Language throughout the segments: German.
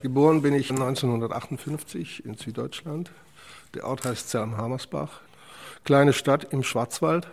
Geboren bin ich 1958 in Süddeutschland. Der Ort heißt Zerm-Hamersbach. Kleine Stadt im Schwarzwald.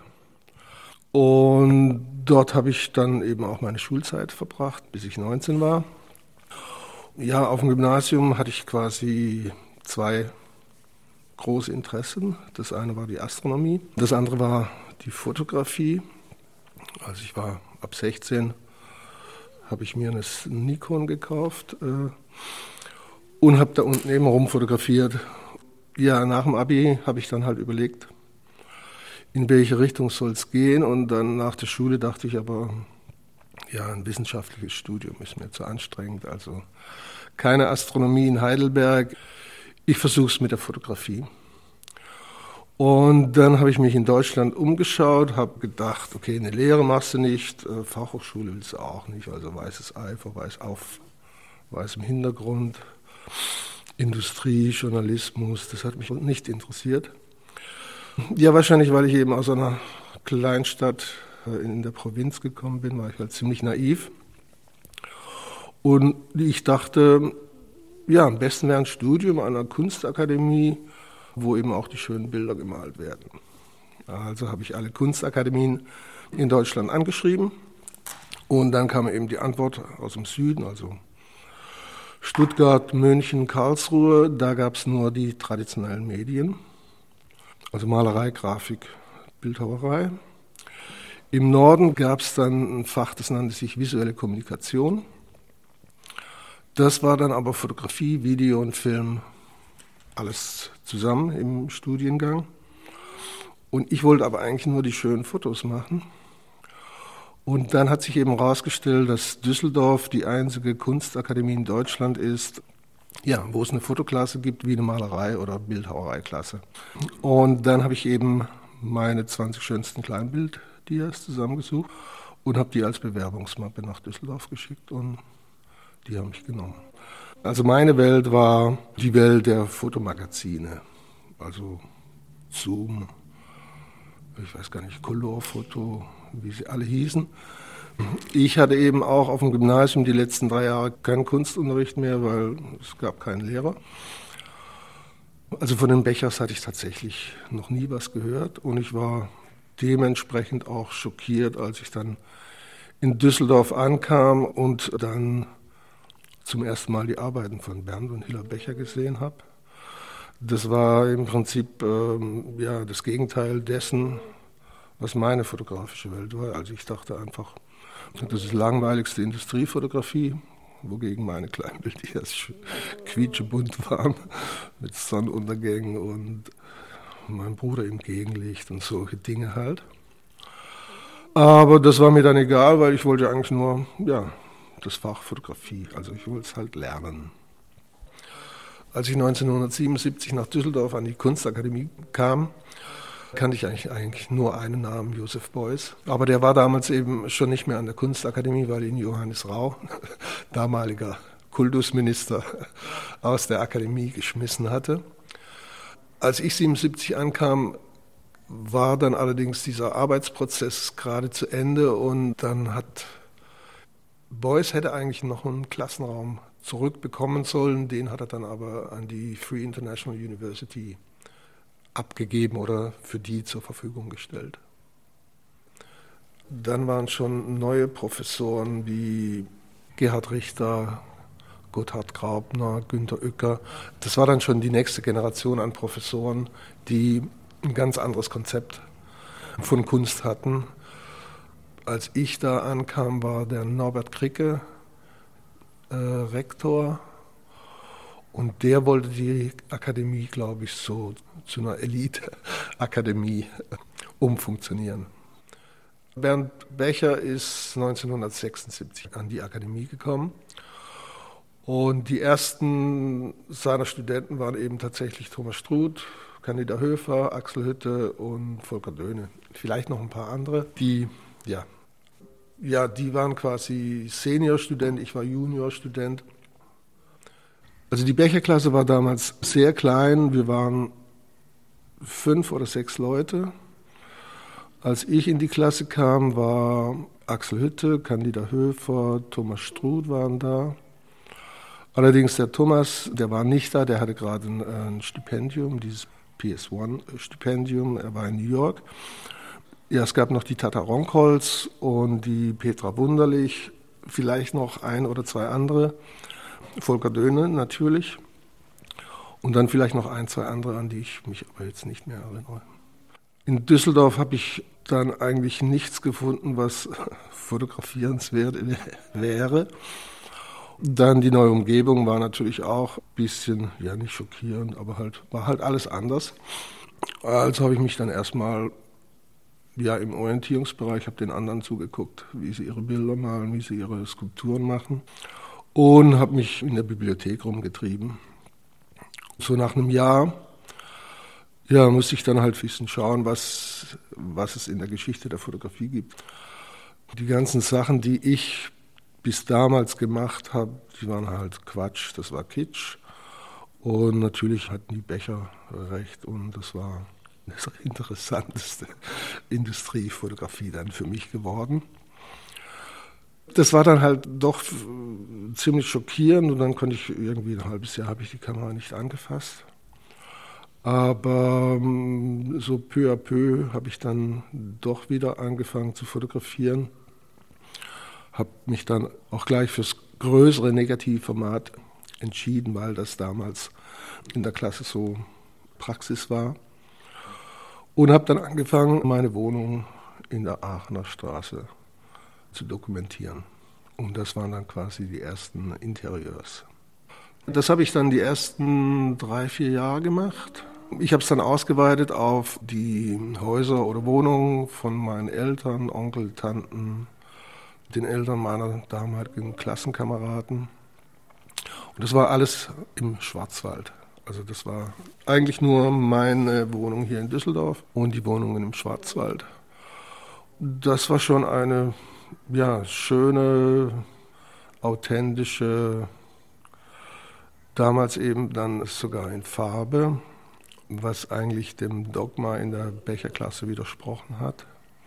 Und dort habe ich dann eben auch meine Schulzeit verbracht, bis ich 19 war. Ja, auf dem Gymnasium hatte ich quasi zwei große Interessen. Das eine war die Astronomie, das andere war die Fotografie. Also ich war ab 16, habe ich mir eine Nikon gekauft und habe da unten eben rumfotografiert. Ja, nach dem Abi habe ich dann halt überlegt, in welche Richtung soll es gehen. Und dann nach der Schule dachte ich aber, ja, ein wissenschaftliches Studium ist mir zu anstrengend. Also keine Astronomie in Heidelberg. Ich versuche es mit der Fotografie. Und dann habe ich mich in Deutschland umgeschaut, habe gedacht, okay, eine Lehre machst du nicht, Fachhochschule willst du auch nicht, also weißes Ei vor weißem Hintergrund, Industrie, Journalismus, das hat mich nicht interessiert. Ja, wahrscheinlich, weil ich eben aus einer Kleinstadt in der Provinz gekommen bin, war ich halt ziemlich naiv. Und ich dachte, ja, am besten wäre ein Studium an einer Kunstakademie, wo eben auch die schönen Bilder gemalt werden. Also habe ich alle Kunstakademien in Deutschland angeschrieben und dann kam eben die Antwort aus dem Süden, also Stuttgart, München, Karlsruhe. Da gab es nur die traditionellen Medien, also Malerei, Grafik, Bildhauerei. Im Norden gab es dann ein Fach, das nannte sich visuelle Kommunikation. Das war dann aber Fotografie, Video und Film, alles zusammen im Studiengang. Und ich wollte aber eigentlich nur die schönen Fotos machen. Und dann hat sich eben herausgestellt, dass Düsseldorf die einzige Kunstakademie in Deutschland ist, ja, wo es eine Fotoklasse gibt wie eine Malerei- oder Bildhauereiklasse. Und dann habe ich eben meine 20 schönsten Kleinbild-Dias zusammengesucht und habe die als Bewerbungsmappe nach Düsseldorf geschickt und die haben mich genommen. Also meine Welt war die Welt der Fotomagazine, also Zoom, ich weiß gar nicht, Colorfoto, wie sie alle hießen. Ich hatte eben auch auf dem Gymnasium die letzten 3 Jahre keinen Kunstunterricht mehr, weil es gab keinen Lehrer. Also von den Bechers hatte ich tatsächlich noch nie was gehört und ich war dementsprechend auch schockiert, als ich dann in Düsseldorf ankam und dann zum ersten Mal die Arbeiten von Bernd und Hilla Becher gesehen habe. Das war im Prinzip ja, das Gegenteil dessen, was meine fotografische Welt war. Also ich dachte einfach, das ist langweiligste Industriefotografie, wogegen meine Kleinbilddias quietschebunt waren, mit Sonnenuntergängen und mein Bruder im Gegenlicht und solche Dinge halt. Aber das war mir dann egal, weil ich wollte eigentlich nur, ja, das Fach Fotografie, also ich wollte es halt lernen. Als ich 1977 nach Düsseldorf an die Kunstakademie kam, kannte ich eigentlich nur einen Namen, Josef Beuys. Aber der war damals eben schon nicht mehr an der Kunstakademie, weil ihn Johannes Rau, damaliger Kultusminister, aus der Akademie geschmissen hatte. Als ich 1977 ankam, war dann allerdings dieser Arbeitsprozess gerade zu Ende und dann hat Beuys hätte eigentlich noch einen Klassenraum zurückbekommen sollen, den hat er dann aber an die Free International University abgegeben oder für die zur Verfügung gestellt. Dann waren schon neue Professoren wie Gerhard Richter, Gotthard Graupner, Günter Uecker. Das war dann schon die nächste Generation an Professoren, die ein ganz anderes Konzept von Kunst hatten. Als ich da ankam, war der Norbert Kricke Rektor und der wollte die Akademie, glaube ich, so zu einer Elite-Akademie umfunktionieren. Bernd Becher ist 1976 an die Akademie gekommen und die ersten seiner Studenten waren eben tatsächlich Thomas Struth, Candida Höfer, Axel Hütte und Volker Döhne. Vielleicht noch ein paar andere, die waren quasi Seniorstudent, ich war Juniorstudent. Also die Becherklasse war damals sehr klein, wir waren 5 oder 6 Leute. Als ich in die Klasse kam, war Axel Hütte, Candida Höfer, Thomas Struth waren da. Allerdings der Thomas, der war nicht da, der hatte gerade ein Stipendium, dieses PS1-Stipendium, er war in New York. Ja, es gab noch die Tata Ronkholz und die Petra Wunderlich, vielleicht noch ein oder zwei andere, Volker Döhne natürlich und dann vielleicht noch ein, zwei andere, an die ich mich aber jetzt nicht mehr erinnere. In Düsseldorf habe ich dann eigentlich nichts gefunden, was fotografierenswert wäre. Dann die neue Umgebung war natürlich auch ein bisschen, ja nicht schockierend, aber war halt alles anders. Also habe ich mich dann erstmal im Orientierungsbereich, habe den anderen zugeguckt, wie sie ihre Bilder malen, wie sie ihre Skulpturen machen und habe mich in der Bibliothek rumgetrieben. So nach einem Jahr musste ich dann halt ein bisschen schauen, was es in der Geschichte der Fotografie gibt. Die ganzen Sachen, die ich bis damals gemacht habe, die waren halt Quatsch, das war Kitsch. Und natürlich hatten die Becher recht und das war das interessanteste Industriefotografie dann für mich geworden. Das war dann halt doch ziemlich schockierend und dann konnte ich irgendwie ein halbes Jahr habe ich die Kamera nicht angefasst. Aber so peu à peu habe ich dann doch wieder angefangen zu fotografieren. Habe mich dann auch gleich fürs größere Negativformat entschieden, weil das damals in der Klasse so Praxis war. Und habe dann angefangen, meine Wohnung in der Aachener Straße zu dokumentieren. Und das waren dann quasi die ersten Interieurs. Das habe ich dann die ersten 3-4 Jahre gemacht. Ich habe es dann ausgeweitet auf die Häuser oder Wohnungen von meinen Eltern, Onkel, Tanten, den Eltern meiner damaligen Klassenkameraden. Und das war alles im Schwarzwald. Also das war eigentlich nur meine Wohnung hier in Düsseldorf und die Wohnungen im Schwarzwald. Das war schon eine schöne, authentische, damals eben dann sogar in Farbe, was eigentlich dem Dogma in der Becherklasse widersprochen hat.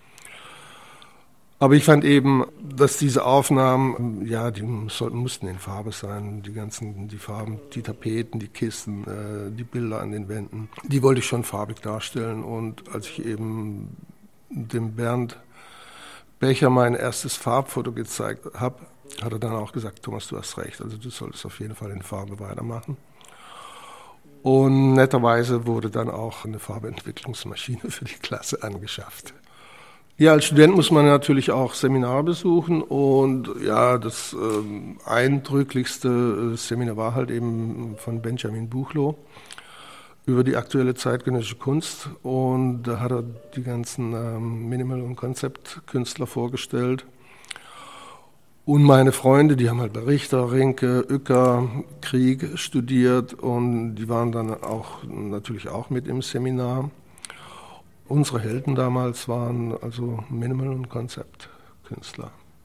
Aber ich fand eben, dass diese Aufnahmen, die mussten in Farbe sein, die Farben, die Tapeten, die Kissen, die Bilder an den Wänden, die wollte ich schon farbig darstellen. Und als ich eben dem Bernd Becher mein erstes Farbfoto gezeigt habe, hat er dann auch gesagt, Thomas, du hast recht, also du solltest auf jeden Fall in Farbe weitermachen. Und netterweise wurde dann auch eine Farbentwicklungsmaschine für die Klasse angeschafft. Ja, als Student muss man natürlich auch Seminare besuchen und das eindrücklichste Seminar war halt eben von Benjamin Buchloh über die aktuelle zeitgenössische Kunst und da hat er die ganzen Minimal- und Konzeptkünstler vorgestellt. Und meine Freunde, die haben halt bei Richter, Rinke, Uecker, Krieg studiert und die waren dann natürlich auch mit im Seminar. Unsere Helden damals waren also Minimal- und Konzeptkünstler.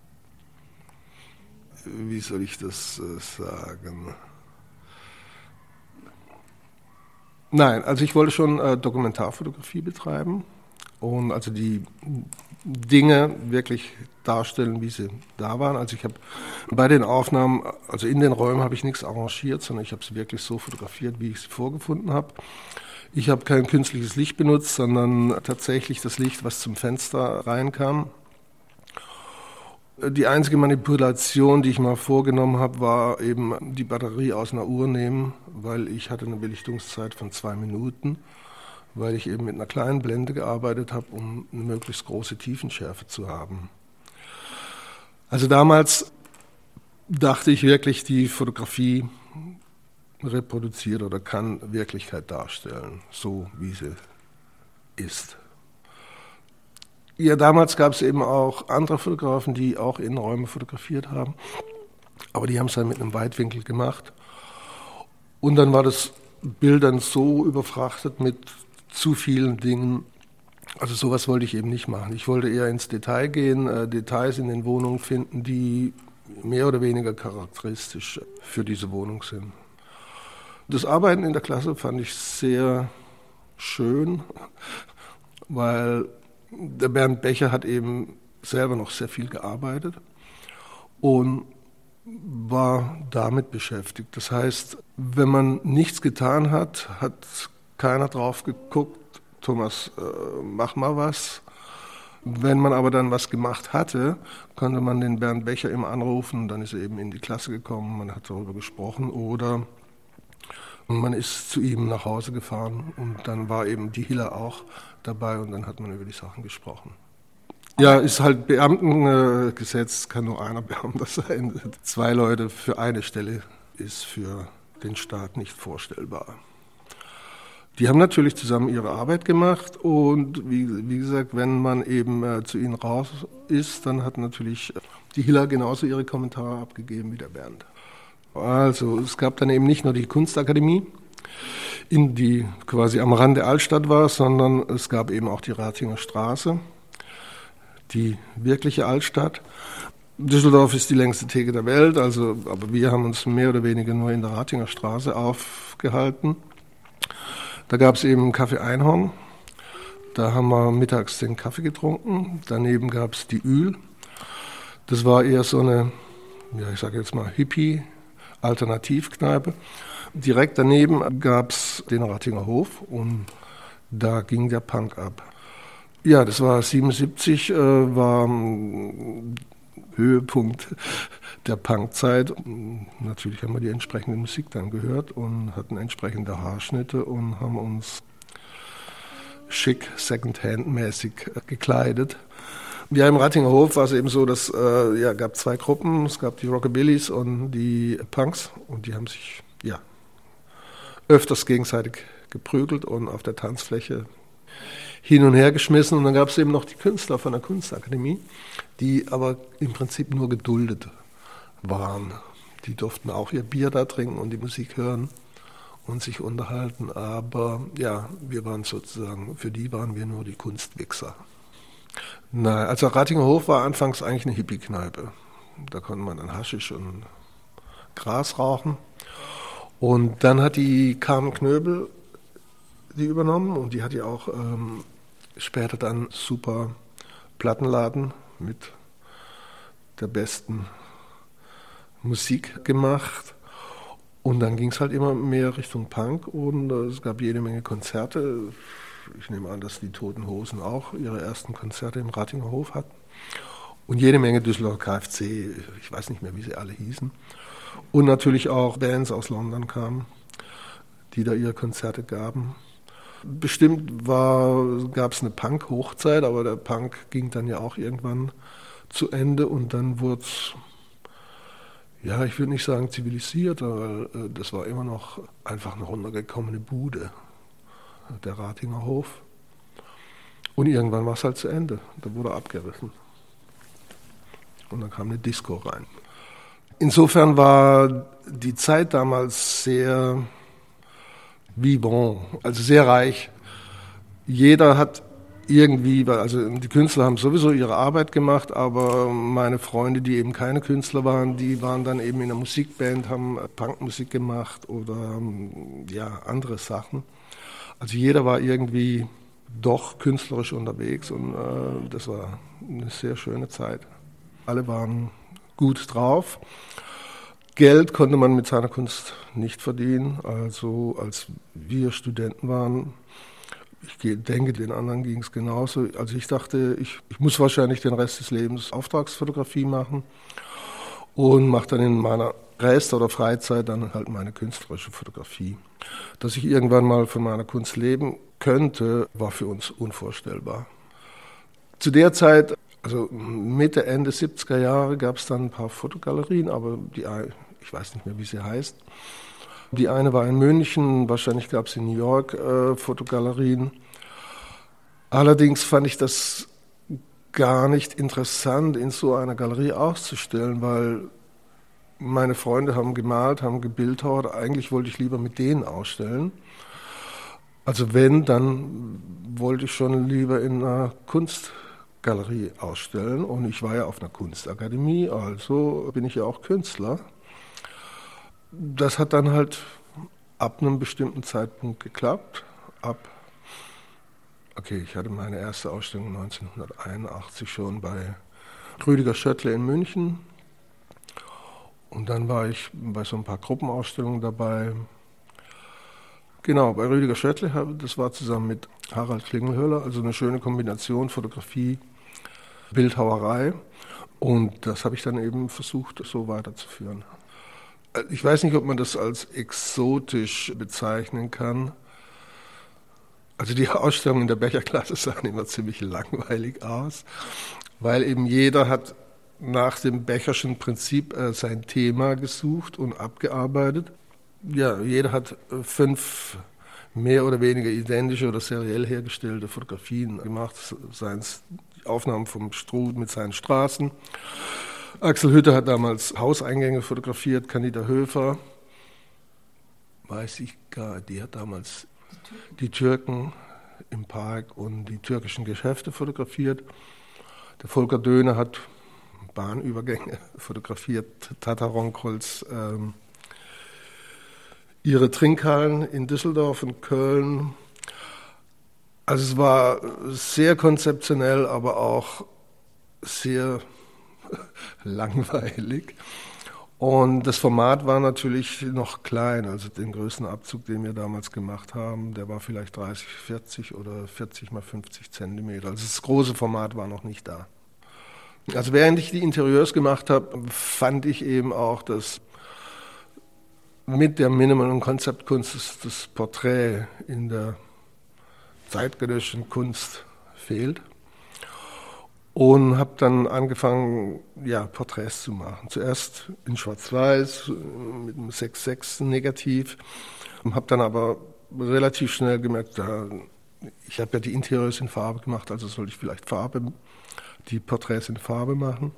Wie soll ich das sagen? Nein, also ich wollte schon Dokumentarfotografie betreiben und also die Dinge wirklich darstellen, wie sie da waren. Also ich habe bei den Aufnahmen, also in den Räumen habe ich nichts arrangiert, sondern ich habe sie wirklich so fotografiert, wie ich sie vorgefunden habe. Ich habe kein künstliches Licht benutzt, sondern tatsächlich das Licht, was zum Fenster reinkam. Die einzige Manipulation, die ich mal vorgenommen habe, war eben die Batterie aus einer Uhr nehmen, weil ich hatte eine Belichtungszeit von 2 Minuten, weil ich eben mit einer kleinen Blende gearbeitet habe, um eine möglichst große Tiefenschärfe zu haben. Also damals dachte ich wirklich, die Fotografie reproduziert oder kann Wirklichkeit darstellen, so wie sie ist. Ja, damals gab es eben auch andere Fotografen, die auch Innenräume fotografiert haben, aber die haben es dann mit einem Weitwinkel gemacht. Und dann war das Bild dann so überfrachtet mit zu vielen Dingen, also sowas wollte ich eben nicht machen. Ich wollte eher ins Detail gehen, Details in den Wohnungen finden, die mehr oder weniger charakteristisch für diese Wohnung sind. Das Arbeiten in der Klasse fand ich sehr schön, weil der Bernd Becher hat eben selber noch sehr viel gearbeitet und war damit beschäftigt. Das heißt, wenn man nichts getan hat, hat keiner drauf geguckt, Thomas, mach mal was. Wenn man aber dann was gemacht hatte, konnte man den Bernd Becher immer anrufen, dann ist er eben in die Klasse gekommen, man hat darüber gesprochen oder man ist zu ihm nach Hause gefahren und dann war eben die Hilla auch dabei und dann hat man über die Sachen gesprochen. Ja, ist halt Beamtengesetz, kann nur einer Beamter sein. 2 Leute für eine Stelle ist für den Staat nicht vorstellbar. Die haben natürlich zusammen ihre Arbeit gemacht und wie gesagt, wenn man eben zu ihnen raus ist, dann hat natürlich die Hilla genauso ihre Kommentare abgegeben wie der Bernd. Also es gab dann eben nicht nur die Kunstakademie, die quasi am Rand der Altstadt war, sondern es gab eben auch die Ratinger Straße, die wirkliche Altstadt. Düsseldorf ist die längste Theke der Welt, aber wir haben uns mehr oder weniger nur in der Ratinger Straße aufgehalten. Da gab es eben Café Einhorn, da haben wir mittags den Kaffee getrunken. Daneben gab es die Ühl, das war eher so eine, ja, ich sage jetzt mal Hippie-Alternativkneipe. Direkt daneben gab es den Ratinger Hof und da ging der Punk ab. Ja, das war 1977, war Höhepunkt der Punkzeit. Natürlich haben wir die entsprechende Musik dann gehört und hatten entsprechende Haarschnitte und haben uns schick, Secondhand-mäßig gekleidet. Ja, im Ratinger Hof war es eben so, dass gab 2 Gruppen. Es gab die Rockabillys und die Punks und die haben sich öfters gegenseitig geprügelt und auf der Tanzfläche hin und her geschmissen. Und dann gab es eben noch die Künstler von der Kunstakademie, die aber im Prinzip nur geduldet waren. Die durften auch ihr Bier da trinken und die Musik hören und sich unterhalten. Aber ja, für die waren wir nur die Kunstwichser. Nein, also Ratinger Hof war anfangs eigentlich eine Hippie-Kneipe. Da konnte man dann Haschisch und Gras rauchen. Und dann hat die Carmen Knöbel die übernommen und die hat ja auch später dann super Plattenladen mit der besten Musik gemacht. Und dann ging es halt immer mehr Richtung Punk und es gab jede Menge Konzerte. Ich nehme an, dass die Toten Hosen auch ihre ersten Konzerte im Ratinger Hof hatten. Und jede Menge Düsseldorfer KFC, ich weiß nicht mehr, wie sie alle hießen. Und natürlich auch Bands aus London kamen, die da ihre Konzerte gaben. Bestimmt gab es eine Punk-Hochzeit, aber der Punk ging dann ja auch irgendwann zu Ende und dann wurde es, ja, ich würde nicht sagen zivilisiert, weil das war immer noch einfach eine runtergekommene Bude, der Ratinger Hof. Und irgendwann war es halt zu Ende, da wurde abgerissen. Und dann kam eine Disco rein. Insofern war die Zeit damals sehr vivant, also sehr reich. Jeder hat irgendwie, also die Künstler haben sowieso ihre Arbeit gemacht, aber meine Freunde, die eben keine Künstler waren, die waren dann eben in einer Musikband, haben Punkmusik gemacht oder ja, andere Sachen. Also jeder war irgendwie doch künstlerisch unterwegs und das war eine sehr schöne Zeit. Alle waren gut drauf. Geld konnte man mit seiner Kunst nicht verdienen. Also als wir Studenten waren, ich denke, den anderen ging es genauso. Also ich dachte, ich muss wahrscheinlich den Rest des Lebens Auftragsfotografie machen und mache dann in meiner Rest- oder Freizeit dann halt meine künstlerische Fotografie. Dass ich irgendwann mal von meiner Kunst leben könnte, war für uns unvorstellbar. Zu der Zeit, also Mitte, Ende 70er Jahre, gab es dann ein paar Fotogalerien, aber ich weiß nicht mehr, wie sie heißt. Die eine war in München, wahrscheinlich gab es in New York Fotogalerien. Allerdings fand ich das gar nicht interessant, in so einer Galerie auszustellen, weil meine Freunde haben gemalt, haben gebildhauert. Eigentlich wollte ich lieber mit denen ausstellen. Also wenn, dann wollte ich schon lieber in einer Kunstgalerie ausstellen. Und ich war ja auf einer Kunstakademie, also bin ich ja auch Künstler. Das hat dann halt ab einem bestimmten Zeitpunkt geklappt. Ich hatte meine erste Ausstellung 1981 schon bei Rüdiger Schöttler in München. Und dann war ich bei so ein paar Gruppenausstellungen dabei. Genau, bei Rüdiger Schöttl, das war zusammen mit Harald Klingelhöller, also eine schöne Kombination Fotografie, Bildhauerei. Und das habe ich dann eben versucht, so weiterzuführen. Ich weiß nicht, ob man das als exotisch bezeichnen kann. Also die Ausstellungen in der Becherklasse sahen immer ziemlich langweilig aus, weil eben jeder hat nach dem Becherschen Prinzip sein Thema gesucht und abgearbeitet. Ja, jeder hat 5 mehr oder weniger identische oder seriell hergestellte Fotografien gemacht, seien es Aufnahmen vom Struth mit seinen Straßen. Axel Hütte hat damals Hauseingänge fotografiert, Candida Höfer, weiß ich gar, die hat damals die Türken im Park und die türkischen Geschäfte fotografiert. Der Volker Döhne hat Bahnübergänge fotografiert, Tataronkholz, ihre Trinkhallen in Düsseldorf und Köln. Also es war sehr konzeptionell, aber auch sehr langweilig. Und das Format war natürlich noch klein, also den größten Abzug, den wir damals gemacht haben, der war vielleicht 30, 40 oder 40 mal 50 Zentimeter. Also das große Format war noch nicht da. Also während ich die Interieurs gemacht habe, fand ich eben auch, dass mit der Minimal- und Konzeptkunst das Porträt in der zeitgenössischen Kunst fehlt. Und habe dann angefangen, ja, Porträts zu machen. Zuerst in Schwarz-Weiß mit einem 6:6 Negativ. Habe dann aber relativ schnell gemerkt, ich habe ja die Interieurs in Farbe gemacht, also sollte ich vielleicht die Porträts in Farbe machen.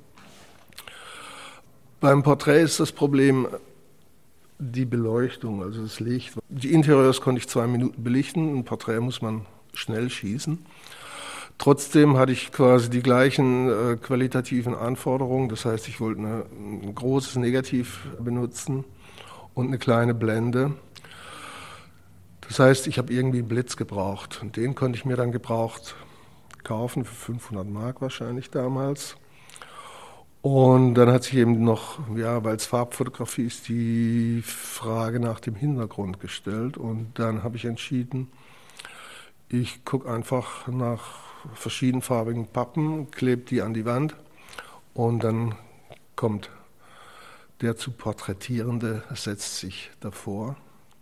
Beim Porträt ist das Problem die Beleuchtung, also das Licht. Die Interieurs konnte ich 2 Minuten belichten, ein Porträt muss man schnell schießen. Trotzdem hatte ich quasi die gleichen qualitativen Anforderungen. Das heißt, ich wollte ein großes Negativ benutzen und eine kleine Blende. Das heißt, ich habe irgendwie einen Blitz gebraucht. Und den konnte ich mir dann gebraucht kaufen, für 500 Mark wahrscheinlich damals. Und dann hat sich eben noch, ja, weil es Farbfotografie ist, die Frage nach dem Hintergrund gestellt. Und dann habe ich entschieden, ich gucke einfach nach verschiedenfarbigen Pappen, klebe die an die Wand und dann kommt der zu Porträtierende, setzt sich davor.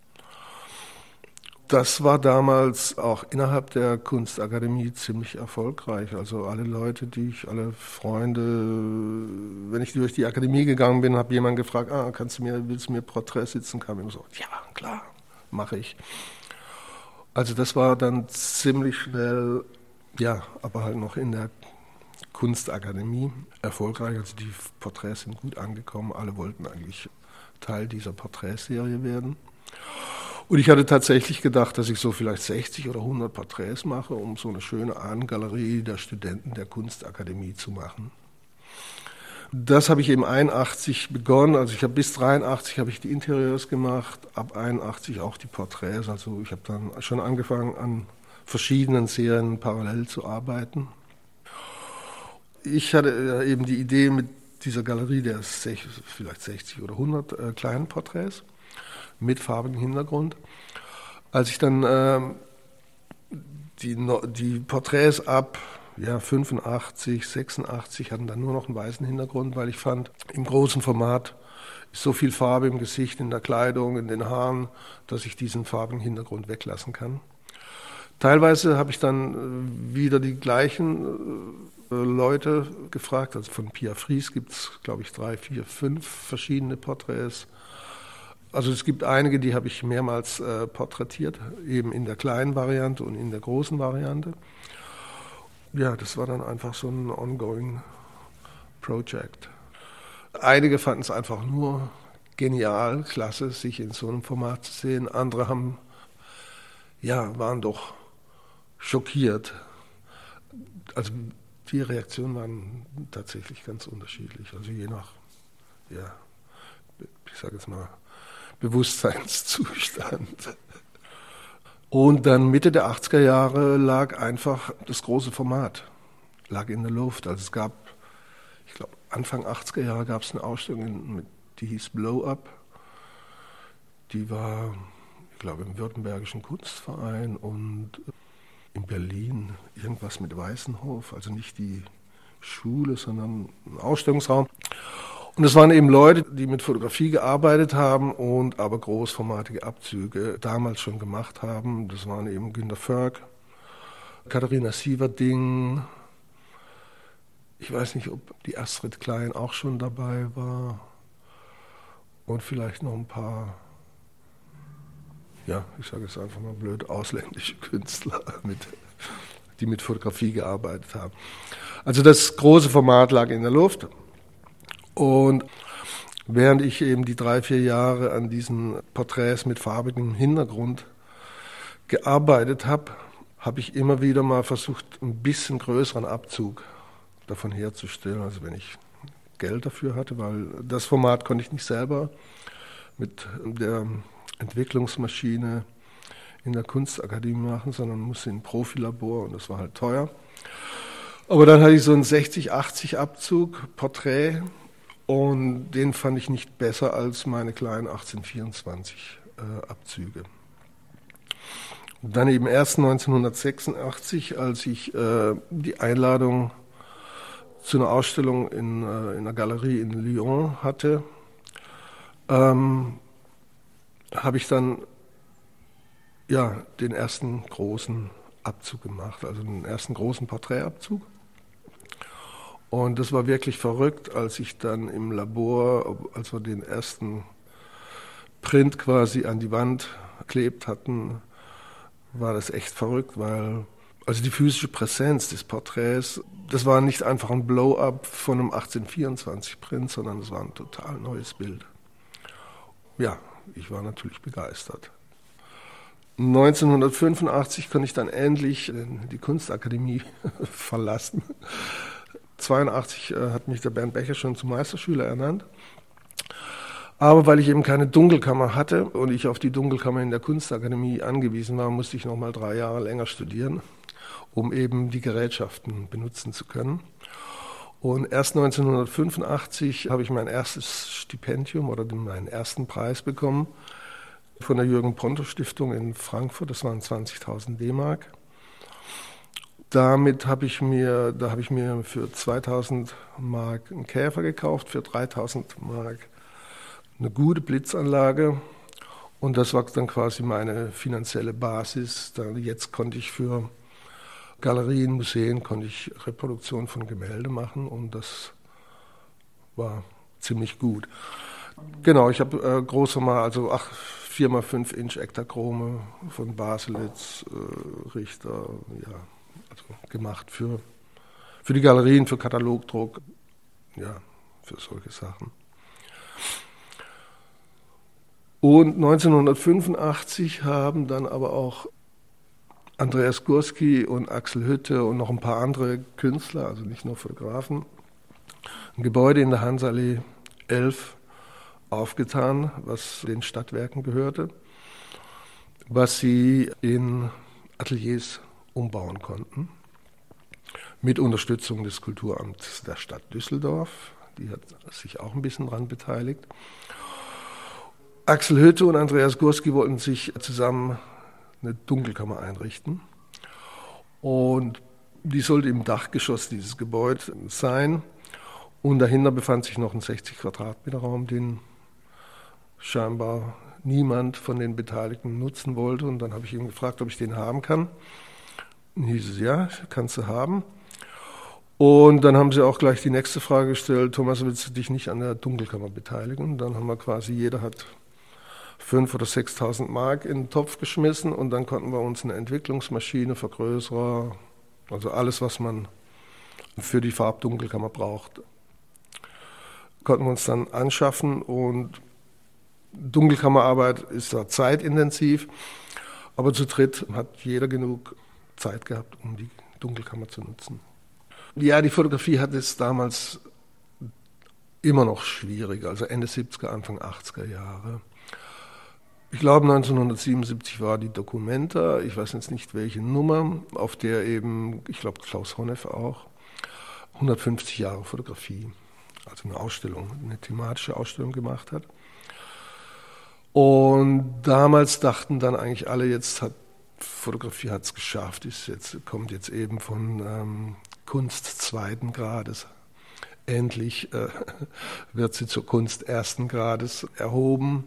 Das war damals auch innerhalb der Kunstakademie ziemlich erfolgreich. Also alle Leute, alle Freunde, wenn ich durch die Akademie gegangen bin, habe jemand gefragt, willst du mir Porträts sitzen? Kam immer so, ja, klar, mache ich. Also das war dann ziemlich schnell, ja, aber halt noch in der Kunstakademie erfolgreich. Also die Porträts sind gut angekommen. Alle wollten eigentlich Teil dieser Porträtserie werden. Und ich hatte tatsächlich gedacht, dass ich so vielleicht 60 oder 100 Porträts mache, um so eine schöne Ahnengalerie der Studenten der Kunstakademie zu machen. Das habe ich eben 81 begonnen. Also ich habe bis 83 habe ich die Interieurs gemacht, ab 81 auch die Porträts. Also ich habe dann schon angefangen, an verschiedenen Serien parallel zu arbeiten. Ich hatte eben die Idee mit dieser Galerie der vielleicht 60 oder 100 kleinen Porträts mit farbigem Hintergrund. Als ich dann die Porträts ab 85, 86 hatten dann nur noch einen weißen Hintergrund, weil ich fand, im großen Format ist so viel Farbe im Gesicht, in der Kleidung, in den Haaren, dass ich diesen farbigen Hintergrund weglassen kann. Teilweise habe ich dann wieder die gleichen Leute gefragt. Also von Pia Fries gibt es, glaube ich, 3, 4, 5 verschiedene Porträts. Also es gibt einige, die habe ich mehrmals porträtiert, eben in der kleinen Variante und in der großen Variante. Ja, das war dann einfach so ein ongoing Project. Einige fanden es einfach nur genial, klasse, sich in so einem Format zu sehen. Andere waren doch schockiert. Also die Reaktionen waren tatsächlich ganz unterschiedlich. Also je nach, ich sage jetzt mal, Bewusstseinszustand. Und dann Mitte der 80er Jahre lag einfach das große Format, lag in der Luft. Also es gab, ich glaube Anfang 80er Jahre gab es eine Ausstellung mit die hieß Blow Up. Die war, ich glaube, im Württembergischen Kunstverein und in Berlin irgendwas mit Weißenhof, also nicht die Schule, sondern ein Ausstellungsraum. Und es waren eben Leute, die mit Fotografie gearbeitet haben und aber großformatige Abzüge damals schon gemacht haben. Das waren eben Günter Förg, Katharina Sieverding. Ich weiß nicht, ob die Astrid Klein auch schon dabei war. Und vielleicht noch ein paar, ja, ich sage es einfach mal blöd, ausländische Künstler, die mit Fotografie gearbeitet haben. Also das große Format lag in der Luft. Und während ich eben die 3-4 Jahre an diesen Porträts mit farbigem Hintergrund gearbeitet habe, habe ich immer wieder mal versucht, ein bisschen größeren Abzug davon herzustellen. Also wenn ich Geld dafür hatte, weil das Format konnte ich nicht selber mit der Entwicklungsmaschine in der Kunstakademie machen, sondern musste in ein Profilabor und das war halt teuer. Aber dann hatte ich so einen 60-80 Abzug, Porträt, und den fand ich nicht besser als meine kleinen 1824 Abzüge. Und dann eben erst 1986, als ich die Einladung zu einer Ausstellung in einer Galerie in Lyon hatte, habe ich dann ja den ersten großen Abzug gemacht, also den ersten großen Porträtabzug. Und das war wirklich verrückt, als ich dann im Labor, als wir den ersten Print quasi an die Wand geklebt hatten, war das echt verrückt, weil also die physische Präsenz des Porträts, das war nicht einfach ein Blow-up von einem 1824-Print, sondern es war ein total neues Bild. Ja, ich war natürlich begeistert. 1985 konnte ich dann endlich die Kunstakademie verlassen. 1982 hat mich der Bernd Becher schon zum Meisterschüler ernannt. Aber weil ich eben keine Dunkelkammer hatte und ich auf die Dunkelkammer in der Kunstakademie angewiesen war, musste ich nochmal 3 Jahre länger studieren, um eben die Gerätschaften benutzen zu können. Und erst 1985 habe ich mein erstes Stipendium oder meinen ersten Preis bekommen von der Jürgen-Ponto-Stiftung in Frankfurt. Das waren 20.000 D-Mark. Damit habe ich mir für 2.000 Mark einen Käfer gekauft, für 3.000 Mark eine gute Blitzanlage. Und das war dann quasi meine finanzielle Basis. Jetzt konnte ich für Galerien, Museen, konnte ich Reproduktion von Gemälde machen und das war ziemlich gut. Genau, ich habe Großformat, also 4x5 Inch Ektachrome von Baselitz, Richter, ja, also gemacht für die Galerien, für Katalogdruck, ja, für solche Sachen. Und 1985 haben dann aber auch Andreas Gursky und Axel Hütte und noch ein paar andere Künstler, also nicht nur Fotografen, ein Gebäude in der Hansallee 11 aufgetan, was den Stadtwerken gehörte, was sie in Ateliers umbauen konnten, mit Unterstützung des Kulturamts der Stadt Düsseldorf. Die hat sich auch ein bisschen daran beteiligt. Axel Hütte und Andreas Gursky wollten sich zusammen eine Dunkelkammer einrichten. Und die sollte im Dachgeschoss dieses Gebäudes sein. Und dahinter befand sich noch ein 60 Quadratmeter Raum, den scheinbar niemand von den Beteiligten nutzen wollte. Und dann habe ich ihn gefragt, ob ich den haben kann. Und hieß es, ja, kannst du haben. Und dann haben sie auch gleich die nächste Frage gestellt, Thomas, willst du dich nicht an der Dunkelkammer beteiligen? Und dann haben wir quasi, jeder hat 5.000 oder 6.000 Mark in den Topf geschmissen und dann konnten wir uns eine Entwicklungsmaschine, Vergrößerer, also alles, was man für die Farbdunkelkammer braucht, konnten wir uns dann anschaffen. Und Dunkelkammerarbeit ist da zeitintensiv, aber zu dritt hat jeder genug Zeit gehabt, um die Dunkelkammer zu nutzen. Ja, die Fotografie hat es damals immer noch schwierig, also Ende 70er, Anfang 80er Jahre. Ich glaube 1977 war die Documenta, ich weiß jetzt nicht welche Nummer, auf der eben, ich glaube Klaus Honneff auch, 150 Jahre Fotografie also eine Ausstellung, eine thematische Ausstellung gemacht hat. Und damals dachten dann eigentlich alle, Fotografie hat es geschafft, kommt jetzt eben von Kunst zweiten Grades. Endlich wird sie zur Kunst ersten Grades erhoben.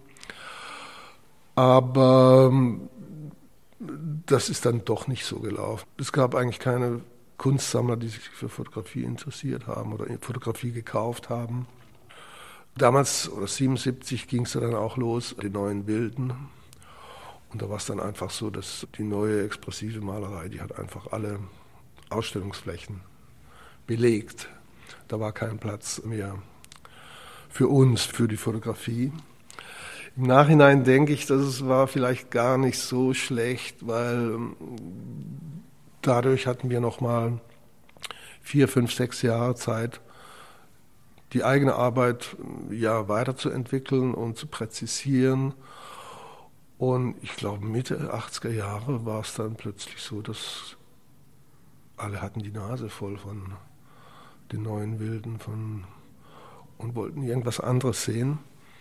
Aber das ist dann doch nicht so gelaufen. Es gab eigentlich keine Kunstsammler, die sich für Fotografie interessiert haben oder Fotografie gekauft haben. Damals, oder 1977, ging es dann auch los, die neuen Wilden. Und da war es dann einfach so, dass die neue expressive Malerei, die hat einfach alle Ausstellungsflächen belegt. Da war kein Platz mehr für uns, für die Fotografie. Im Nachhinein denke ich, dass es war vielleicht gar nicht so schlecht, weil dadurch hatten wir nochmal 4, 5, 6 Jahre Zeit, die eigene Arbeit weiterzuentwickeln und zu präzisieren. Und ich glaube, Mitte 80er Jahre war es dann plötzlich so, dass alle hatten die Nase voll von den neuen Wilden und wollten irgendwas anderes sehen.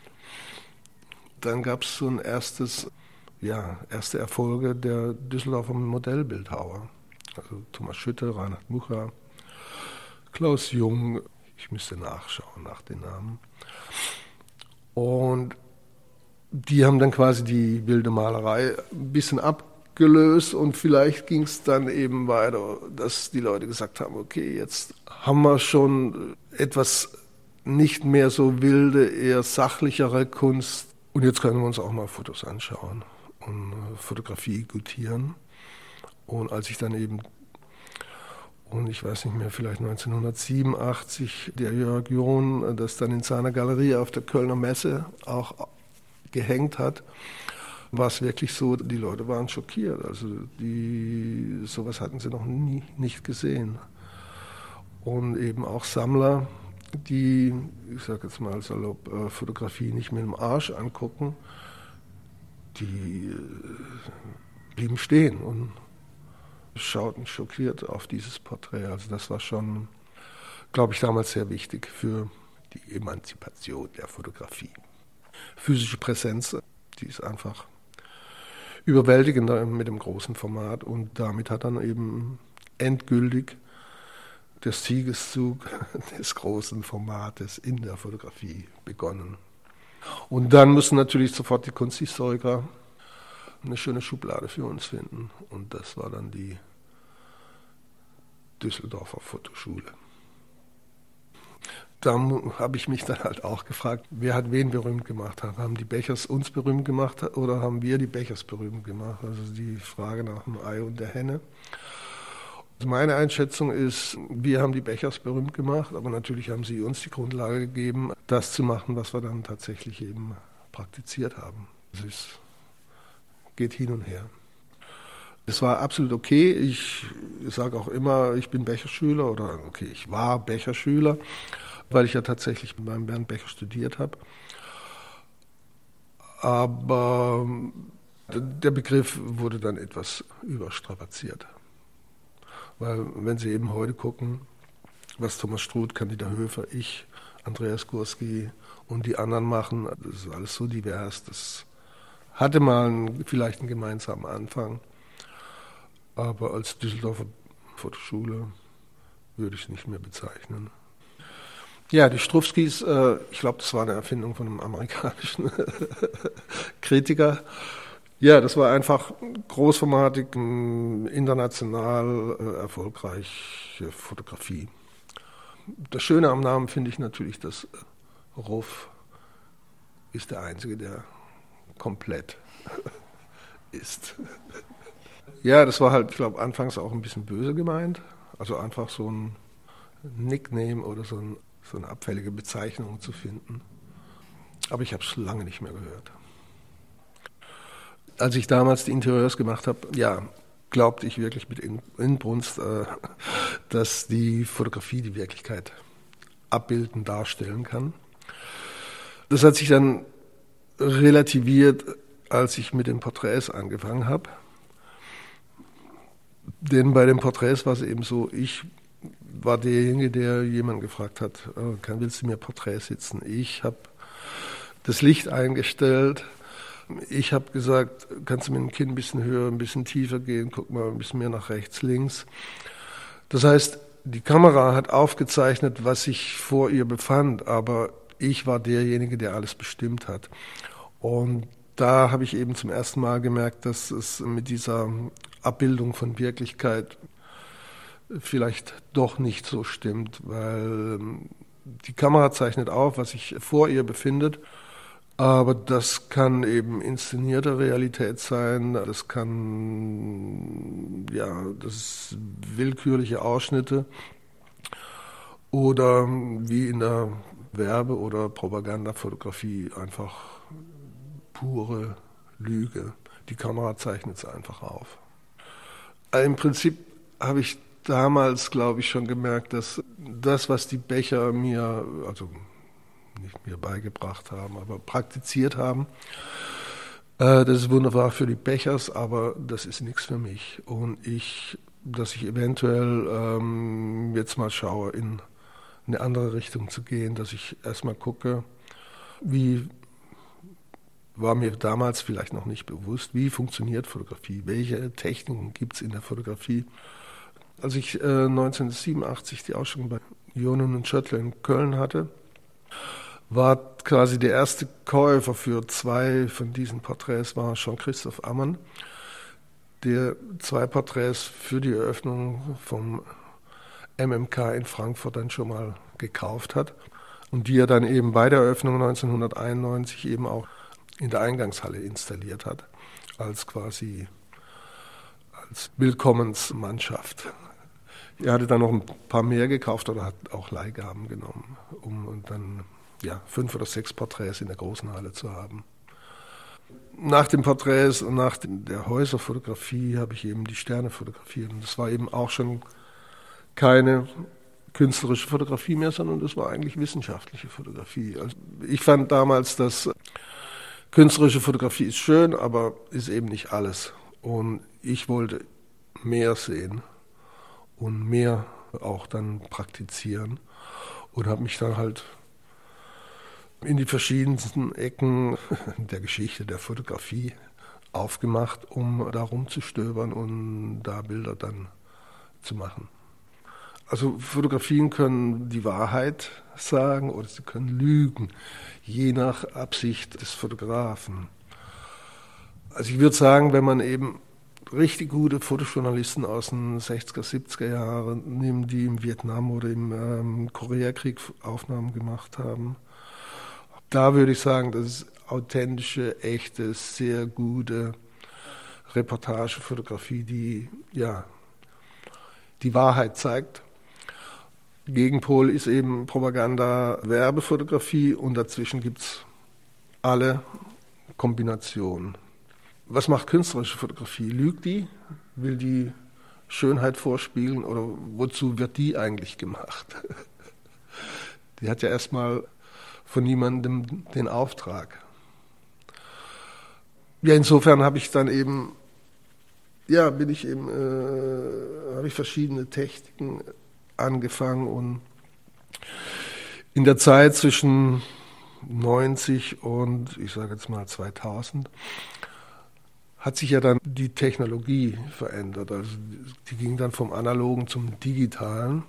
Dann gab es so ein erste Erfolge der Düsseldorfer Modellbildhauer. Also Thomas Schütte, Reinhard Mucha, Klaus Jung, ich müsste nachschauen nach den Namen. Und die haben dann quasi die wilde Malerei ein bisschen abgelöst und vielleicht ging es dann eben weiter, dass die Leute gesagt haben, okay, jetzt haben wir schon etwas nicht mehr so wilde, eher sachlichere Kunst und jetzt können wir uns auch mal Fotos anschauen und Fotografie gutieren. Und als ich dann eben, und ich weiß nicht mehr, vielleicht 1987, der Jörg John das dann in seiner Galerie auf der Kölner Messe auch gehängt hat, war es wirklich so, die Leute waren schockiert. Also sowas hatten sie noch nicht gesehen. Und eben auch Sammler, die, ich sage jetzt mal salopp, Fotografie nicht mit dem Arsch angucken, die blieben stehen und schauten schockiert auf dieses Porträt. Also das war schon, glaube ich, damals sehr wichtig für die Emanzipation der Fotografie. Physische Präsenz, die ist einfach überwältigender mit dem großen Format und damit hat dann eben endgültig der Siegeszug des großen Formates in der Fotografie begonnen. Und dann müssen natürlich sofort die Kunsthistoriker eine schöne Schublade für uns finden. Und das war dann die Düsseldorfer Fotoschule. Da habe ich mich dann halt auch gefragt, wer hat wen berühmt gemacht? Haben die Bechers uns berühmt gemacht oder haben wir die Bechers berühmt gemacht? Also die Frage nach dem Ei und der Henne. Also meine Einschätzung ist, wir haben die Bechers berühmt gemacht, aber natürlich haben sie uns die Grundlage gegeben, das zu machen, was wir dann tatsächlich eben praktiziert haben. Es geht hin und her. Es war absolut okay. Ich sage auch immer, ich bin Becher-Schüler oder okay, ich war Becher-Schüler, weil ich ja tatsächlich beim Bernd Becher studiert habe. Aber der Begriff wurde dann etwas überstrapaziert. Weil wenn Sie eben heute gucken, was Thomas Struth, Candida Höfer, ich, Andreas Gursky und die anderen machen, das ist alles so divers. Das hatte mal vielleicht einen gemeinsamen Anfang. Aber als Düsseldorfer Fotoschule würde ich es nicht mehr bezeichnen. Ja, die Strufskis, ich glaube, das war eine Erfindung von einem amerikanischen Kritiker. Ja, das war einfach großformatig, international erfolgreiche Fotografie. Das Schöne am Namen finde ich natürlich, dass Ruff ist der Einzige, der komplett ist. Ja, das war halt, ich glaube, anfangs auch ein bisschen böse gemeint. Also einfach so ein Nickname oder so eine abfällige Bezeichnung zu finden. Aber ich habe es lange nicht mehr gehört. Als ich damals die Interieurs gemacht habe, ja, glaubte ich wirklich mit Inbrunst, dass die Fotografie die Wirklichkeit abbilden, darstellen kann. Das hat sich dann relativiert, als ich mit den Porträts angefangen habe. Denn bei den Porträts war es eben so, ich war derjenige, der jemanden gefragt hat, willst du mir Porträts sitzen? Ich habe das Licht eingestellt. Ich habe gesagt, kannst du mit dem Kinn ein bisschen höher, ein bisschen tiefer gehen, guck mal ein bisschen mehr nach rechts, links. Das heißt, die Kamera hat aufgezeichnet, was sich vor ihr befand, aber ich war derjenige, der alles bestimmt hat. Und da habe ich eben zum ersten Mal gemerkt, dass es mit dieser Abbildung von Wirklichkeit vielleicht doch nicht so stimmt, weil die Kamera zeichnet auf, was sich vor ihr befindet. Aber das kann eben inszenierte Realität sein, das kann, das willkürliche Ausschnitte oder wie in der Werbe- oder Propagandafotografie einfach pure Lüge. Die Kamera zeichnet es einfach auf. Im Prinzip habe ich damals, glaube ich, schon gemerkt, dass das, was die Becher mir, also nicht mir beigebracht haben, aber praktiziert haben. Das ist wunderbar für die Bechers, aber das ist nichts für mich. Und dass ich eventuell jetzt mal schaue, in eine andere Richtung zu gehen, dass ich erstmal gucke, war mir damals vielleicht noch nicht bewusst, wie funktioniert Fotografie, welche Techniken gibt es in der Fotografie. Als ich 1987 die Ausstellung bei Jonen & Schöttler in Köln hatte, war quasi der erste Käufer für 2 von diesen Porträts war Jean-Christophe Ammann, der 2 Porträts für die Eröffnung vom MMK in Frankfurt dann schon mal gekauft hat und die er dann eben bei der Eröffnung 1991 eben auch in der Eingangshalle installiert hat, als Willkommensmannschaft. Er hatte dann noch ein paar mehr gekauft oder hat auch Leihgaben genommen, um dann 5 oder 6 Porträts in der großen Halle zu haben. Nach den Porträts und nach der Häuserfotografie habe ich eben die Sterne fotografiert. Und das war eben auch schon keine künstlerische Fotografie mehr, sondern das war eigentlich wissenschaftliche Fotografie. Also ich fand damals, dass künstlerische Fotografie ist schön, aber ist eben nicht alles. Und ich wollte mehr sehen und mehr auch dann praktizieren und habe mich dann halt in die verschiedensten Ecken der Geschichte der Fotografie aufgemacht, um da rumzustöbern und da Bilder dann zu machen. Also Fotografien können die Wahrheit sagen oder sie können lügen, je nach Absicht des Fotografen. Also ich würde sagen, wenn man eben richtig gute Fotojournalisten aus den 60er, 70er Jahren nimmt, die im Vietnam oder im Koreakrieg Aufnahmen gemacht haben, da würde ich sagen, das ist authentische, echte, sehr gute Reportagefotografie, die die Wahrheit zeigt. Gegenpol ist eben Propaganda-Werbefotografie und dazwischen gibt es alle Kombinationen. Was macht künstlerische Fotografie? Lügt die? Will die Schönheit vorspiegeln oder wozu wird die eigentlich gemacht? Die hat ja erstmal von niemandem den Auftrag. Ja, insofern habe ich dann eben, habe ich verschiedene Techniken angefangen und in der Zeit zwischen 90 und ich sage jetzt mal 2000 hat sich ja dann die Technologie verändert. Also die ging dann vom Analogen zum Digitalen.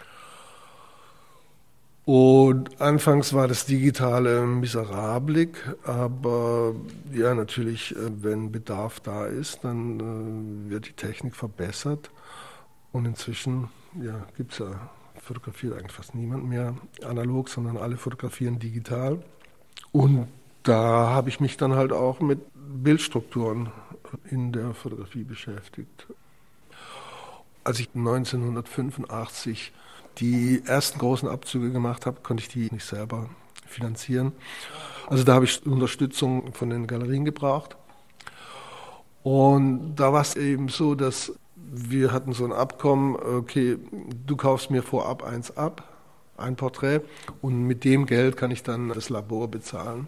Und anfangs war das Digitale miserablig, aber ja, natürlich, wenn Bedarf da ist, dann wird die Technik verbessert. Und inzwischen fotografiert eigentlich fast niemand mehr analog, sondern alle fotografieren digital. Und da habe ich mich dann halt auch mit Bildstrukturen in der Fotografie beschäftigt. Als ich 1985 die ersten großen Abzüge gemacht habe, konnte ich die nicht selber finanzieren. Also da habe ich Unterstützung von den Galerien gebraucht. Und da war es eben so, dass wir hatten so ein Abkommen, okay, du kaufst mir vorab eins ab, ein Porträt, und mit dem Geld kann ich dann das Labor bezahlen.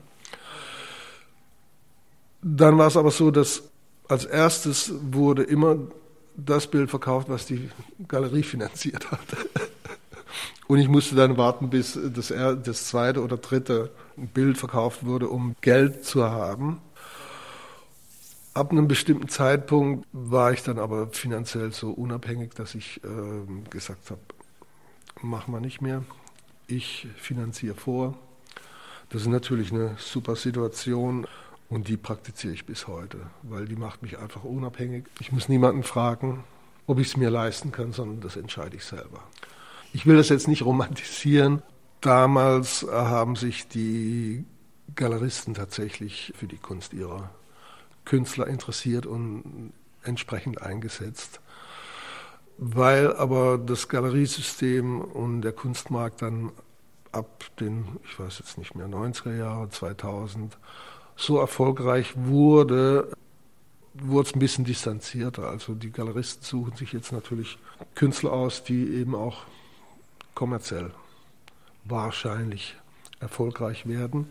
Dann war es aber so, dass als erstes wurde immer das Bild verkauft, was die Galerie finanziert hat. Und ich musste dann warten, bis das zweite oder dritte Bild verkauft wurde, um Geld zu haben. Ab einem bestimmten Zeitpunkt war ich dann aber finanziell so unabhängig, dass ich gesagt habe, machen wir nicht mehr. Ich finanziere vor. Das ist natürlich eine super Situation und die praktiziere ich bis heute, weil die macht mich einfach unabhängig. Ich muss niemanden fragen, ob ich es mir leisten kann, sondern das entscheide ich selber. Ich will das jetzt nicht romantisieren. Damals haben sich die Galeristen tatsächlich für die Kunst ihrer Künstler interessiert und entsprechend eingesetzt. Weil aber das Galeriesystem und der Kunstmarkt dann ab den, ich weiß jetzt nicht mehr, 90er Jahre, 2000 so erfolgreich wurde es ein bisschen distanzierter. Also die Galeristen suchen sich jetzt natürlich Künstler aus, die eben auch kommerziell wahrscheinlich erfolgreich werden.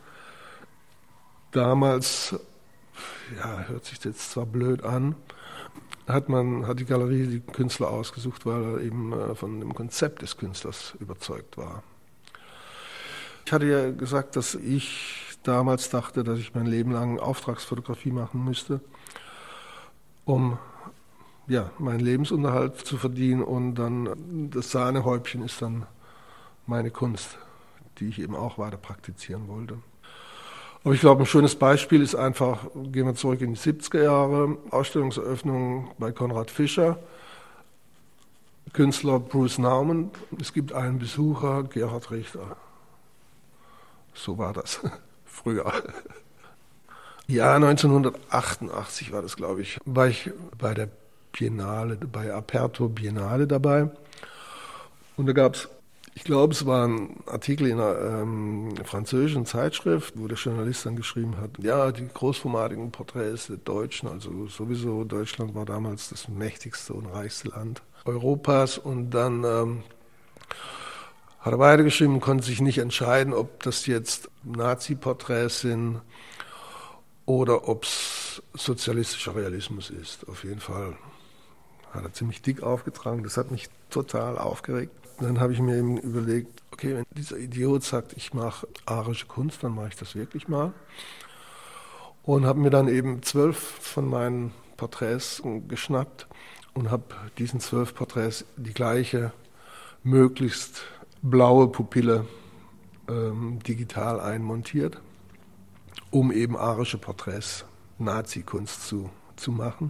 Damals, ja, hört sich jetzt zwar blöd an, hat die Galerie die Künstler ausgesucht, weil er eben von dem Konzept des Künstlers überzeugt war. Ich hatte ja gesagt, dass ich damals dachte, dass ich mein Leben lang Auftragsfotografie machen müsste, um meinen Lebensunterhalt zu verdienen, und dann das Sahnehäubchen ist dann meine Kunst, die ich eben auch weiter praktizieren wollte. Aber ich glaube, ein schönes Beispiel ist einfach, gehen wir zurück in die 70er Jahre, Ausstellungseröffnung bei Konrad Fischer, Künstler Bruce Nauman, es gibt einen Besucher, Gerhard Richter. So war das früher. Ja, 1988 war das, glaube ich, war ich bei der Biennale, bei Aperto Biennale dabei. Und da gab es, ich glaube, es war ein Artikel in einer französischen Zeitschrift, wo der Journalist dann geschrieben hat, ja, die großformatigen Porträts der Deutschen, also sowieso Deutschland war damals das mächtigste und reichste Land Europas. Und dann hat er weitergeschrieben, konnte sich nicht entscheiden, ob das jetzt Nazi-Porträts sind oder ob es sozialistischer Realismus ist. Auf jeden Fall hat er ziemlich dick aufgetragen. Das hat mich total aufgeregt. Dann habe ich mir eben überlegt, okay, wenn dieser Idiot sagt, ich mache arische Kunst, dann mache ich das wirklich mal. Und habe mir dann eben 12 von meinen Porträts geschnappt und habe diesen 12 Porträts die gleiche, möglichst blaue Pupille digital einmontiert, um eben arische Porträts, Nazi-Kunst zu machen.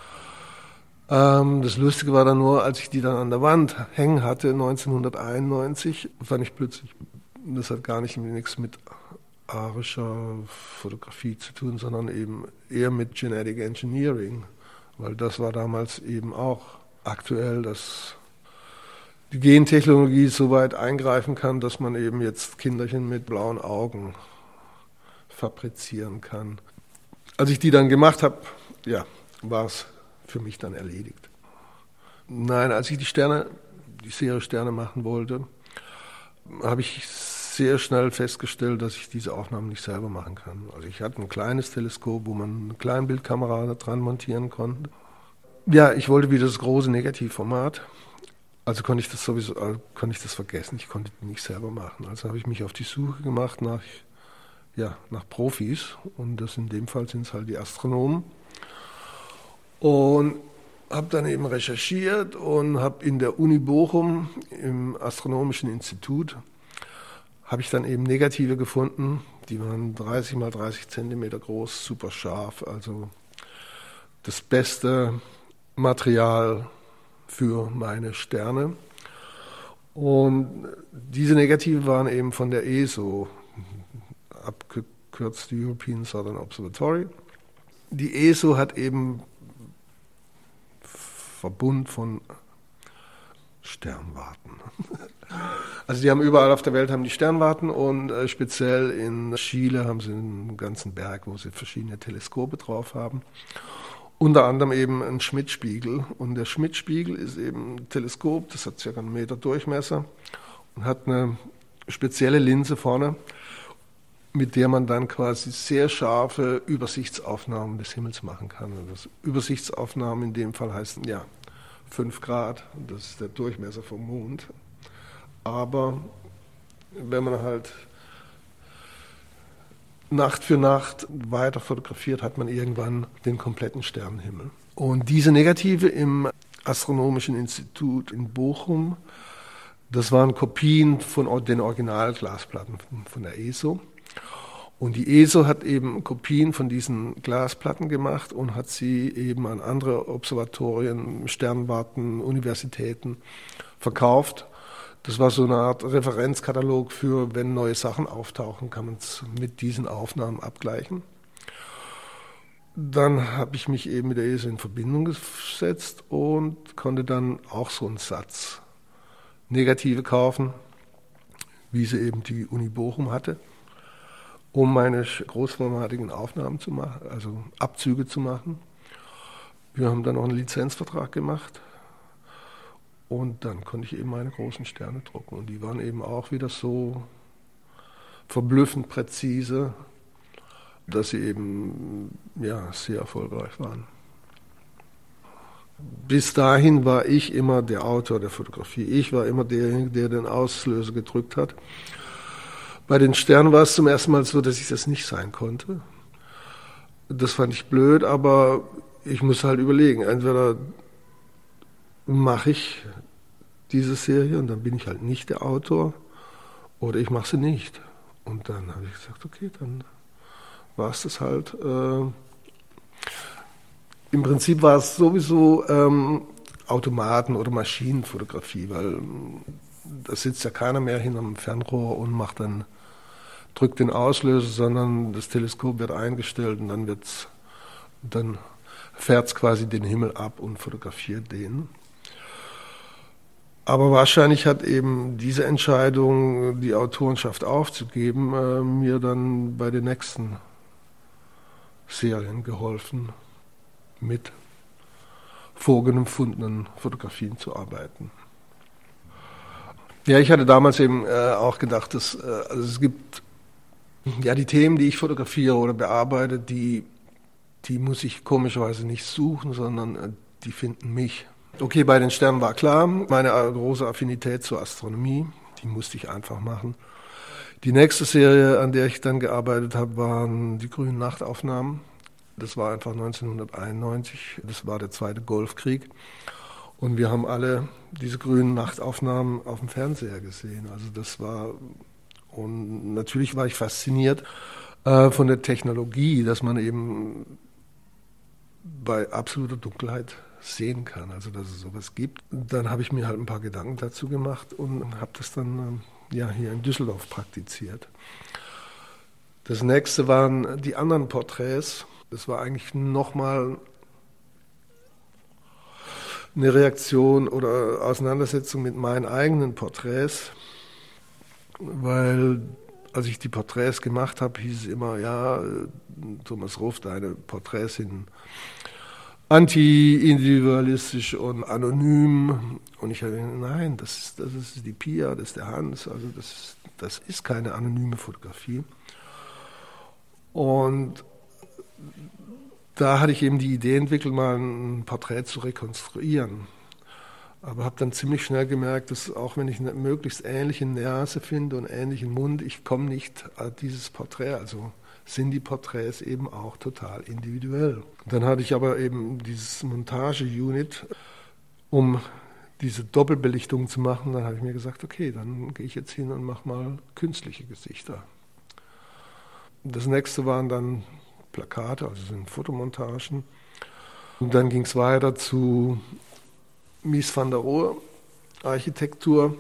Das Lustige war dann nur, als ich die dann an der Wand hängen hatte, 1991, fand ich plötzlich, das hat gar nichts mit arischer Fotografie zu tun, sondern eben eher mit Genetic Engineering, weil das war damals eben auch aktuell, dass die Gentechnologie so weit eingreifen kann, dass man eben jetzt Kinderchen mit blauen Augen fabrizieren kann. Als ich die dann gemacht habe, ja, war es für mich dann erledigt. Nein, als ich die Serie Sterne machen wollte, habe ich sehr schnell festgestellt, dass ich diese Aufnahmen nicht selber machen kann. Also ich hatte ein kleines Teleskop, wo man eine Kleinbildkamera dran montieren konnte. Ja, ich wollte wieder das große Negativformat. Also konnte ich das vergessen, ich konnte die nicht selber machen. Also habe ich mich auf die Suche gemacht nach Profis, und das in dem Fall sind es halt die Astronomen. Und habe dann eben recherchiert und habe in der Uni Bochum im Astronomischen Institut habe ich dann eben Negative gefunden, die waren 30 mal 30 Zentimeter groß, super scharf, also das beste Material für meine Sterne. Und diese Negative waren eben von der ESO, abgekürzt European Southern Observatory. Die ESO hat eben Verbund von Sternwarten. Also die haben überall auf der Welt die Sternwarten, und speziell in Chile haben sie einen ganzen Berg, wo sie verschiedene Teleskope drauf haben. Unter anderem eben ein Schmidt-Spiegel. Und der Schmidt-Spiegel ist eben ein Teleskop, das hat ca. 1 Meter Durchmesser und hat eine spezielle Linse vorne, mit der man dann quasi sehr scharfe Übersichtsaufnahmen des Himmels machen kann. Und das Übersichtsaufnahmen in dem Fall heißen 5 Grad, das ist der Durchmesser vom Mond. Aber wenn man halt Nacht für Nacht weiter fotografiert, hat man irgendwann den kompletten Sternenhimmel. Und diese Negative im Astronomischen Institut in Bochum, das waren Kopien von den Originalglasplatten von der ESO. Und die ESO hat eben Kopien von diesen Glasplatten gemacht und hat sie eben an andere Observatorien, Sternwarten, Universitäten verkauft. Das war so eine Art Referenzkatalog für, wenn neue Sachen auftauchen, kann man es mit diesen Aufnahmen abgleichen. Dann habe ich mich eben mit der ESO in Verbindung gesetzt und konnte dann auch so einen Satz Negative kaufen, wie sie eben die Uni Bochum hatte, um meine großformatigen Aufnahmen zu machen, also Abzüge zu machen. Wir haben dann auch einen Lizenzvertrag gemacht. Und dann konnte ich eben meine großen Sterne drucken. Und die waren eben auch wieder so verblüffend präzise, dass sie eben sehr erfolgreich waren. Bis dahin war ich immer der Autor der Fotografie. Ich war immer derjenige, der den Auslöser gedrückt hat. Bei den Sternen war es zum ersten Mal so, dass ich das nicht sein konnte. Das fand ich blöd, aber ich musste halt überlegen, entweder mache ich diese Serie und dann bin ich halt nicht der Autor oder ich mache sie nicht. Und dann habe ich gesagt, okay, dann war es das halt. Im Prinzip war es sowieso Automaten- oder Maschinenfotografie, weil da sitzt ja keiner mehr hinterm Fernrohr und drückt den Auslöser, sondern das Teleskop wird eingestellt und dann fährt es quasi den Himmel ab und fotografiert den. Aber wahrscheinlich hat eben diese Entscheidung, die Autorenschaft aufzugeben, mir dann bei den nächsten Serien geholfen, mit vorgefundenen Fotografien zu arbeiten. Ja, ich hatte damals eben auch gedacht, dass es gibt die Themen, die ich fotografiere oder bearbeite, die muss ich komischerweise nicht suchen, sondern die finden mich. Okay, bei den Sternen war klar, meine große Affinität zur Astronomie, die musste ich einfach machen. Die nächste Serie, an der ich dann gearbeitet habe, waren die grünen Nachtaufnahmen. Das war einfach 1991, das war der Zweite Golfkrieg. Und wir haben alle diese grünen Nachtaufnahmen auf dem Fernseher gesehen. Und natürlich war ich fasziniert von der Technologie, dass man eben bei absoluter Dunkelheit sehen kann, also dass es sowas gibt. Dann habe ich mir halt ein paar Gedanken dazu gemacht und habe das dann hier in Düsseldorf praktiziert. Das nächste waren die anderen Porträts. Das war eigentlich nochmal eine Reaktion oder Auseinandersetzung mit meinen eigenen Porträts, weil als ich die Porträts gemacht habe, hieß es immer, Thomas Ruff, deine Porträts sind anti-individualistisch und anonym. Und ich habe gesagt, nein, das ist die Pia, das ist der Hans, also das ist keine anonyme Fotografie. Und da hatte ich eben die Idee entwickelt, mal ein Porträt zu rekonstruieren. Aber habe dann ziemlich schnell gemerkt, dass auch wenn ich eine möglichst ähnliche Nase finde und ähnlichen Mund, ich komme nicht an dieses Porträt. Also sind die Porträts eben auch total individuell. Dann hatte ich aber eben dieses Montage-Unit, um diese Doppelbelichtung zu machen. Dann habe ich mir gesagt, okay, dann gehe ich jetzt hin und mache mal künstliche Gesichter. Das nächste waren dann Plakate, also sind Fotomontagen. Und dann ging es weiter zu Mies van der Rohe Architektur.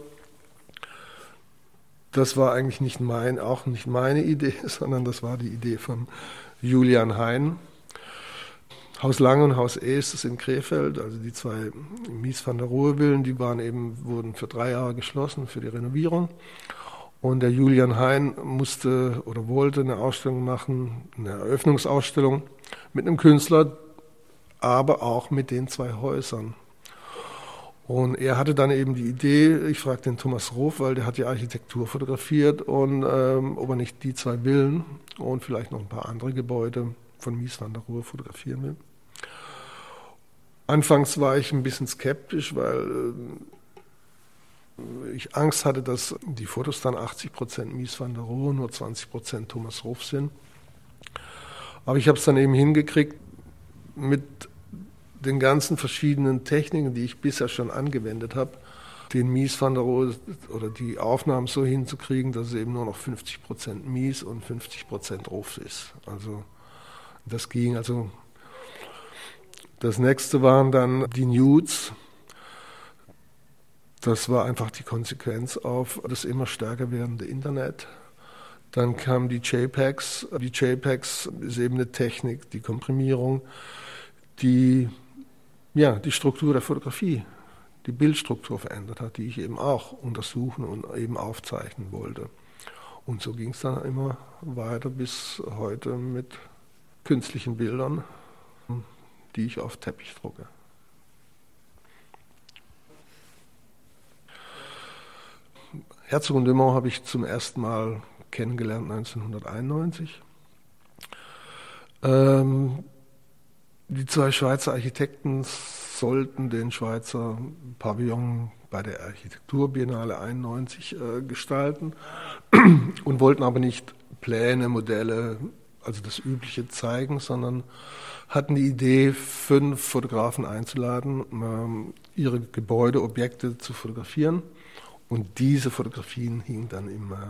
Das war eigentlich auch nicht meine Idee, sondern das war die Idee von Julian Hein. Haus Lange und Haus Ees in Krefeld, also die zwei Mies van der Rohe Villen, die wurden für 3 Jahre geschlossen für die Renovierung. Und der Julian Hein wollte eine Ausstellung machen, eine Eröffnungsausstellung mit einem Künstler, aber auch mit den 2 Häusern. Und er hatte dann eben die Idee, ich fragte den Thomas Ruff, weil der hat die Architektur fotografiert, und ob er nicht die 2 Villen und vielleicht noch ein paar andere Gebäude von Mies van der Rohe fotografieren will. Anfangs war ich ein bisschen skeptisch, weil ich Angst hatte, dass die Fotos dann 80% Mies van der Rohe, nur 20% Thomas Ruff sind. Aber ich habe es dann eben hingekriegt, mit den ganzen verschiedenen Techniken, die ich bisher schon angewendet habe, den Mies van der Rohe oder die Aufnahmen so hinzukriegen, dass es eben nur noch 50% Mies und 50% Ruff ist. Also das ging. Also das nächste waren dann die Nudes. Das war einfach die Konsequenz auf das immer stärker werdende Internet. Dann kamen die JPEGs. Die JPEGs ist eben eine Technik, die Komprimierung, die die Struktur der Fotografie, die Bildstruktur verändert hat, die ich eben auch untersuchen und eben aufzeichnen wollte. Und so ging es dann immer weiter bis heute mit künstlichen Bildern, die ich auf Teppich drucke. Herzog und de Man habe ich zum ersten Mal kennengelernt 1991. Die zwei Schweizer Architekten sollten den Schweizer Pavillon bei der Architekturbiennale 91 gestalten und wollten aber nicht Pläne, Modelle, also das Übliche zeigen, sondern hatten die Idee, 5 Fotografen einzuladen, ihre Gebäude, Objekte zu fotografieren. Und diese Fotografien hingen dann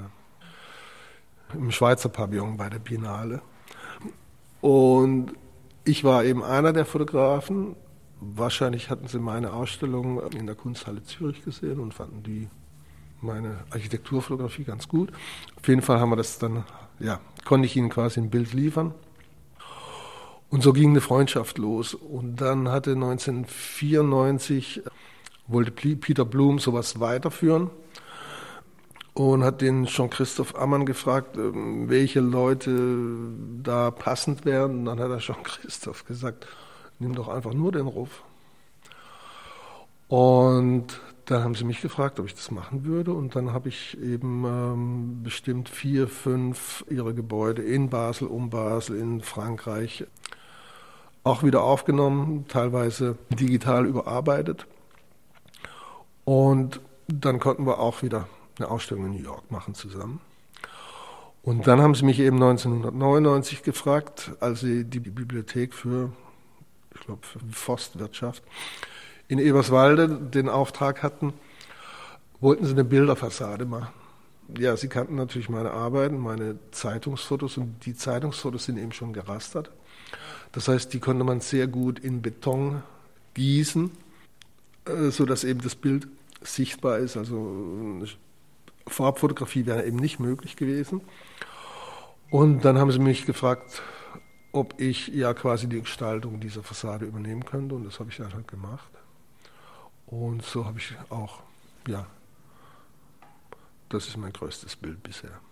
im Schweizer Pavillon bei der Biennale. Und ich war eben einer der Fotografen. Wahrscheinlich hatten sie meine Ausstellung in der Kunsthalle Zürich gesehen und fanden meine Architekturfotografie ganz gut. Auf jeden Fall haben wir das dann, konnte ich ihnen quasi ein Bild liefern. Und so ging eine Freundschaft los. Und dann hatte 1994 wollte Peter Blum sowas weiterführen und hat den Jean-Christophe Ammann gefragt, welche Leute da passend wären. Und dann hat der Jean-Christophe gesagt, nimm doch einfach nur den Ruff. Und dann haben sie mich gefragt, ob ich das machen würde. Und dann habe ich eben bestimmt 4, 5 ihrer Gebäude in Basel, um Basel, in Frankreich auch wieder aufgenommen, teilweise digital überarbeitet. Und dann konnten wir auch wieder eine Ausstellung in New York machen zusammen. Und dann haben sie mich eben 1999 gefragt, als sie die Bibliothek für Forstwirtschaft in Eberswalde den Auftrag hatten, wollten sie eine Bilderfassade machen. Ja, sie kannten natürlich meine Arbeiten, meine Zeitungsfotos, und die Zeitungsfotos sind eben schon gerastert. Das heißt, die konnte man sehr gut in Beton gießen, sodass eben das Bild sichtbar ist. Also eine Farbfotografie wäre eben nicht möglich gewesen. Und dann haben sie mich gefragt, ob ich quasi die Gestaltung dieser Fassade übernehmen könnte. Und das habe ich dann halt gemacht. Und so habe ich auch, das ist mein größtes Bild bisher.